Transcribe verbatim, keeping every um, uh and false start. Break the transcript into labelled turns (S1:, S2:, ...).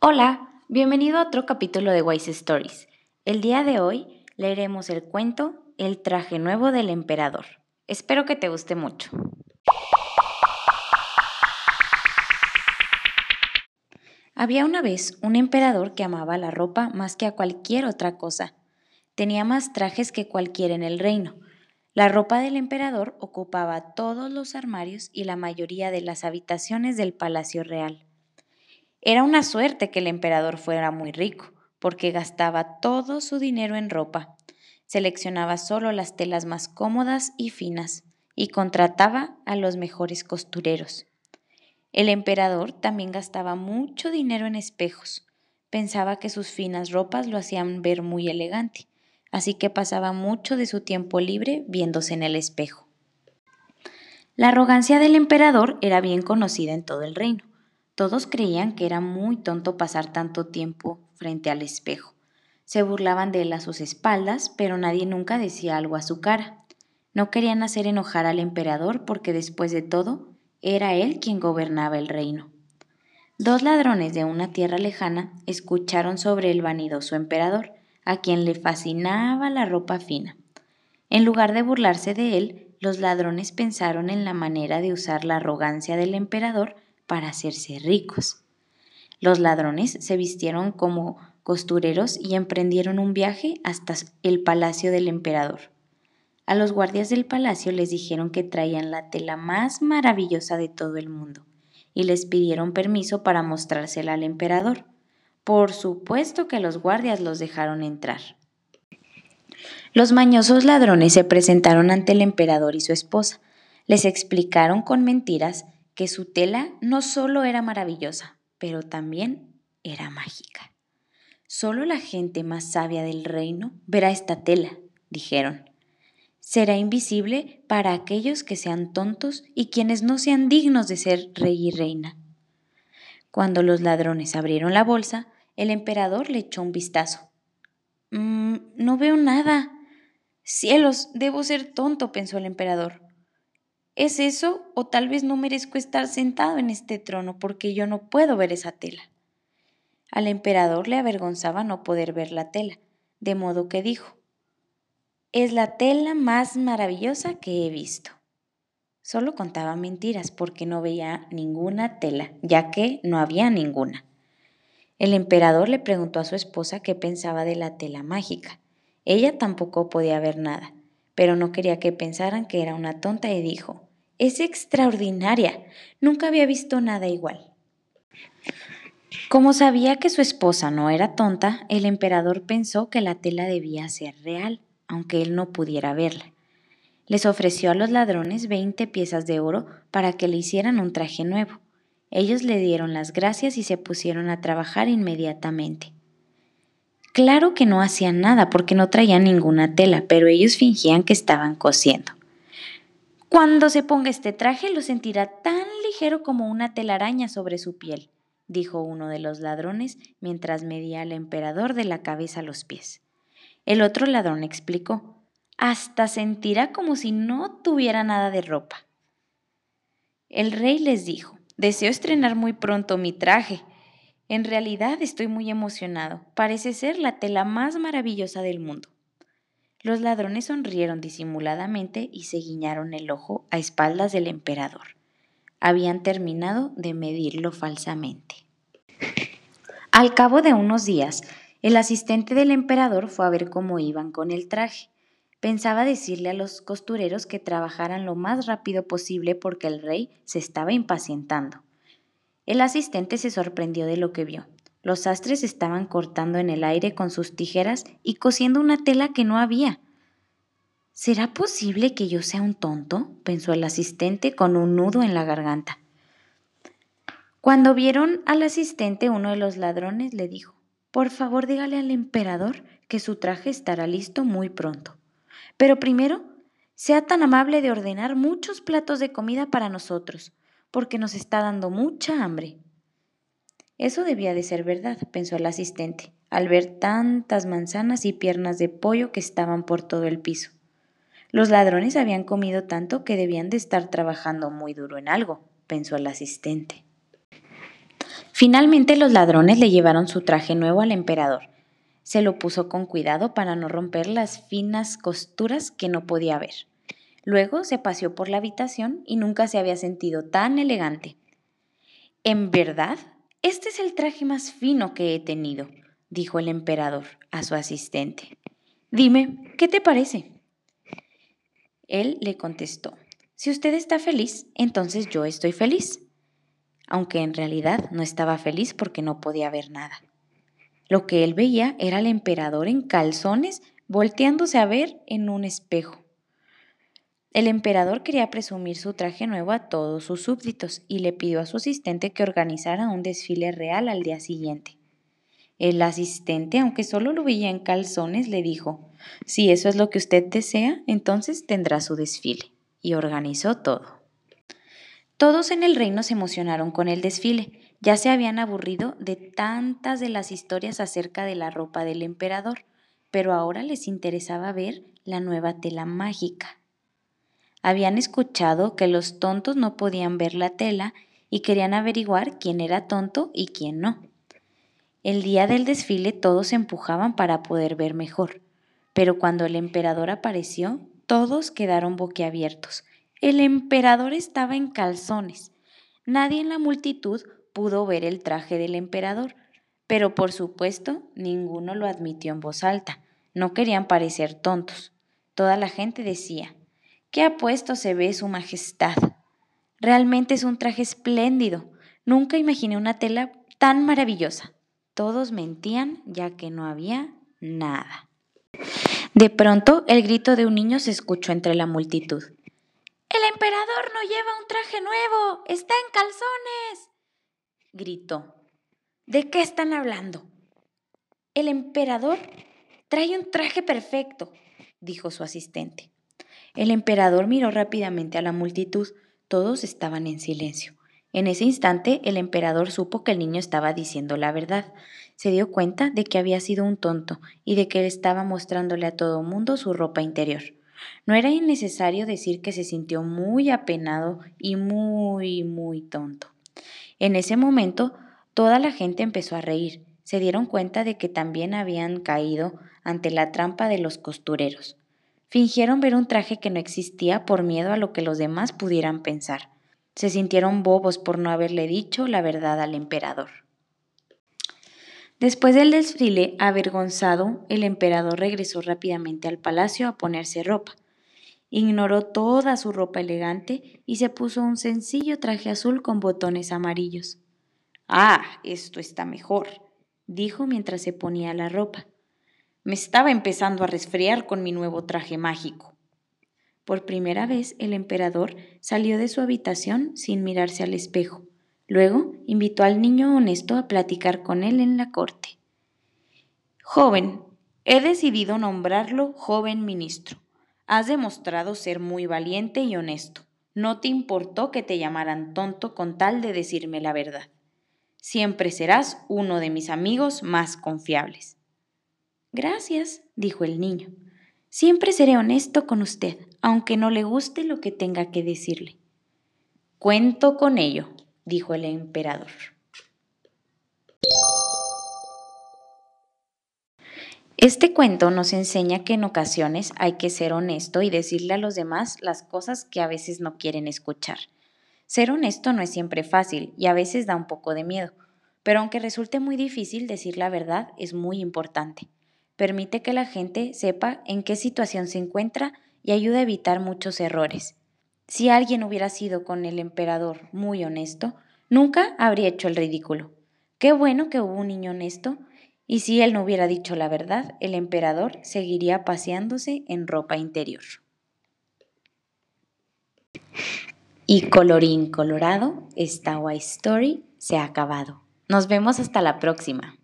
S1: Hola, bienvenido a otro capítulo de Wise Stories. El día de hoy leeremos el cuento El traje nuevo del emperador. Espero que te guste mucho. Había una vez un emperador que amaba la ropa más que a cualquier otra cosa. Tenía más trajes que cualquiera en el reino. La ropa del emperador ocupaba todos los armarios y la mayoría de las habitaciones del palacio real. Era una suerte que el emperador fuera muy rico, porque gastaba todo su dinero en ropa. Seleccionaba solo las telas más cómodas y finas, y contrataba a los mejores costureros. El emperador también gastaba mucho dinero en espejos. Pensaba que sus finas ropas lo hacían ver muy elegante, así que pasaba mucho de su tiempo libre viéndose en el espejo. La arrogancia del emperador era bien conocida en todo el reino. Todos creían que era muy tonto pasar tanto tiempo frente al espejo. Se burlaban de él a sus espaldas, pero nadie nunca decía algo a su cara. No querían hacer enojar al emperador porque después de todo, era él quien gobernaba el reino. Dos ladrones de una tierra lejana escucharon sobre el vanidoso emperador, a quien le fascinaba la ropa fina. En lugar de burlarse de él, los ladrones pensaron en la manera de usar la arrogancia del emperador para hacerse ricos. Los ladrones se vistieron como costureros y emprendieron un viaje hasta el palacio del emperador. A los guardias del palacio les dijeron que traían la tela más maravillosa de todo el mundo y les pidieron permiso para mostrársela al emperador. Por supuesto que los guardias los dejaron entrar. Los mañosos ladrones se presentaron ante el emperador y su esposa. Les explicaron con mentiras que su tela no solo era maravillosa, pero también era mágica. Solo la gente más sabia del reino verá esta tela, dijeron. Será invisible para aquellos que sean tontos y quienes no sean dignos de ser rey y reina. Cuando los ladrones abrieron la bolsa, el emperador le echó un vistazo. «Mm, no veo nada». «Cielos, debo ser tonto», pensó el emperador. «¿Es eso o tal vez no merezco estar sentado en este trono porque yo no puedo ver esa tela?» Al emperador le avergonzaba no poder ver la tela, de modo que dijo: «Es la tela más maravillosa que he visto». Solo contaba mentiras porque no veía ninguna tela, ya que no había ninguna. El emperador le preguntó a su esposa qué pensaba de la tela mágica. Ella tampoco podía ver nada, pero no quería que pensaran que era una tonta y dijo: «Es extraordinaria, nunca había visto nada igual». Como sabía que su esposa no era tonta, el emperador pensó que la tela debía ser real, aunque él no pudiera verla. Les ofreció a los ladrones veinte piezas de oro para que le hicieran un traje nuevo. Ellos le dieron las gracias y se pusieron a trabajar inmediatamente. Claro que no hacían nada porque no traían ninguna tela, pero ellos fingían que estaban cosiendo. «Cuando se ponga este traje lo sentirá tan ligero como una telaraña sobre su piel», dijo uno de los ladrones mientras medía al emperador de la cabeza a los pies. El otro ladrón explicó: «Hasta sentirá como si no tuviera nada de ropa». El rey les dijo: «Deseo estrenar muy pronto mi traje. En realidad estoy muy emocionado. Parece ser la tela más maravillosa del mundo». Los ladrones sonrieron disimuladamente y se guiñaron el ojo a espaldas del emperador. Habían terminado de medirlo falsamente. Al cabo de unos días, el asistente del emperador fue a ver cómo iban con el traje. Pensaba decirle a los costureros que trabajaran lo más rápido posible porque el rey se estaba impacientando. El asistente se sorprendió de lo que vio. Los sastres estaban cortando en el aire con sus tijeras y cosiendo una tela que no había. «¿Será posible que yo sea un tonto?», pensó el asistente con un nudo en la garganta. Cuando vieron al asistente, uno de los ladrones le dijo: «Por favor, dígale al emperador que su traje estará listo muy pronto. Pero primero, sea tan amable de ordenar muchos platos de comida para nosotros, porque nos está dando mucha hambre». Eso debía de ser verdad, pensó el asistente, al ver tantas manzanas y piernas de pollo que estaban por todo el piso. Los ladrones habían comido tanto que debían de estar trabajando muy duro en algo, pensó el asistente. Finalmente los ladrones le llevaron su traje nuevo al emperador. Se lo puso con cuidado para no romper las finas costuras que no podía ver. Luego se paseó por la habitación y nunca se había sentido tan elegante. «En verdad, este es el traje más fino que he tenido», dijo el emperador a su asistente. «Dime, ¿qué te parece?». Él le contestó: «Si usted está feliz, entonces yo estoy feliz», aunque en realidad no estaba feliz porque no podía ver nada. Lo que él veía era al emperador en calzones volteándose a ver en un espejo. El emperador quería presumir su traje nuevo a todos sus súbditos y le pidió a su asistente que organizara un desfile real al día siguiente. El asistente, aunque solo lo veía en calzones, le dijo: «Si eso es lo que usted desea, entonces tendrá su desfile», y organizó todo. Todos en el reino se emocionaron con el desfile. Ya se habían aburrido de tantas de las historias acerca de la ropa del emperador, pero ahora les interesaba ver la nueva tela mágica. Habían escuchado que los tontos no podían ver la tela y querían averiguar quién era tonto y quién no. El día del desfile todos se empujaban para poder ver mejor, pero cuando el emperador apareció, todos quedaron boquiabiertos. El emperador estaba en calzones. Nadie en la multitud pudo ver el traje del emperador, pero por supuesto ninguno lo admitió en voz alta. No querían parecer tontos. Toda la gente decía: «¡Qué apuesto se ve su majestad! Realmente es un traje espléndido. Nunca imaginé una tela tan maravillosa». Todos mentían, ya que no había nada. De pronto, el grito de un niño se escuchó entre la multitud. «¡El emperador no lleva un traje nuevo! ¡Está en calzones!», gritó. «¿De qué están hablando?». «El emperador trae un traje perfecto», dijo su asistente. El emperador miró rápidamente a la multitud. Todos estaban en silencio. En ese instante, el emperador supo que el niño estaba diciendo la verdad. Se dio cuenta de que había sido un tonto y de que él estaba mostrándole a todo mundo su ropa interior. No era innecesario decir que se sintió muy apenado y muy, muy tonto. En ese momento, toda la gente empezó a reír. Se dieron cuenta de que también habían caído ante la trampa de los costureros. Fingieron ver un traje que no existía por miedo a lo que los demás pudieran pensar. Se sintieron bobos por no haberle dicho la verdad al emperador. Después del desfile, avergonzado, el emperador regresó rápidamente al palacio a ponerse ropa. Ignoró toda su ropa elegante y se puso un sencillo traje azul con botones amarillos. «Ah, esto está mejor», dijo mientras se ponía la ropa. «Me estaba empezando a resfriar con mi nuevo traje mágico». Por primera vez, el emperador salió de su habitación sin mirarse al espejo. Luego invitó al niño honesto a platicar con él en la corte. «Joven, he decidido nombrarlo joven ministro. Has demostrado ser muy valiente y honesto. No te importó que te llamaran tonto con tal de decirme la verdad. Siempre serás uno de mis amigos más confiables». «Gracias», dijo el niño. «Siempre seré honesto con usted, aunque no le guste lo que tenga que decirle». «Cuento con ello», dijo el emperador. Este cuento nos enseña que en ocasiones hay que ser honesto y decirle a los demás las cosas que a veces no quieren escuchar. Ser honesto no es siempre fácil y a veces da un poco de miedo, pero aunque resulte muy difícil, decir la verdad es muy importante. Permite que la gente sepa en qué situación se encuentra y ayuda a evitar muchos errores. Si alguien hubiera sido con el emperador muy honesto, nunca habría hecho el ridículo. Qué bueno que hubo un niño honesto, y si él no hubiera dicho la verdad, el emperador seguiría paseándose en ropa interior. Y colorín colorado, esta Why Story se ha acabado. Nos vemos hasta la próxima.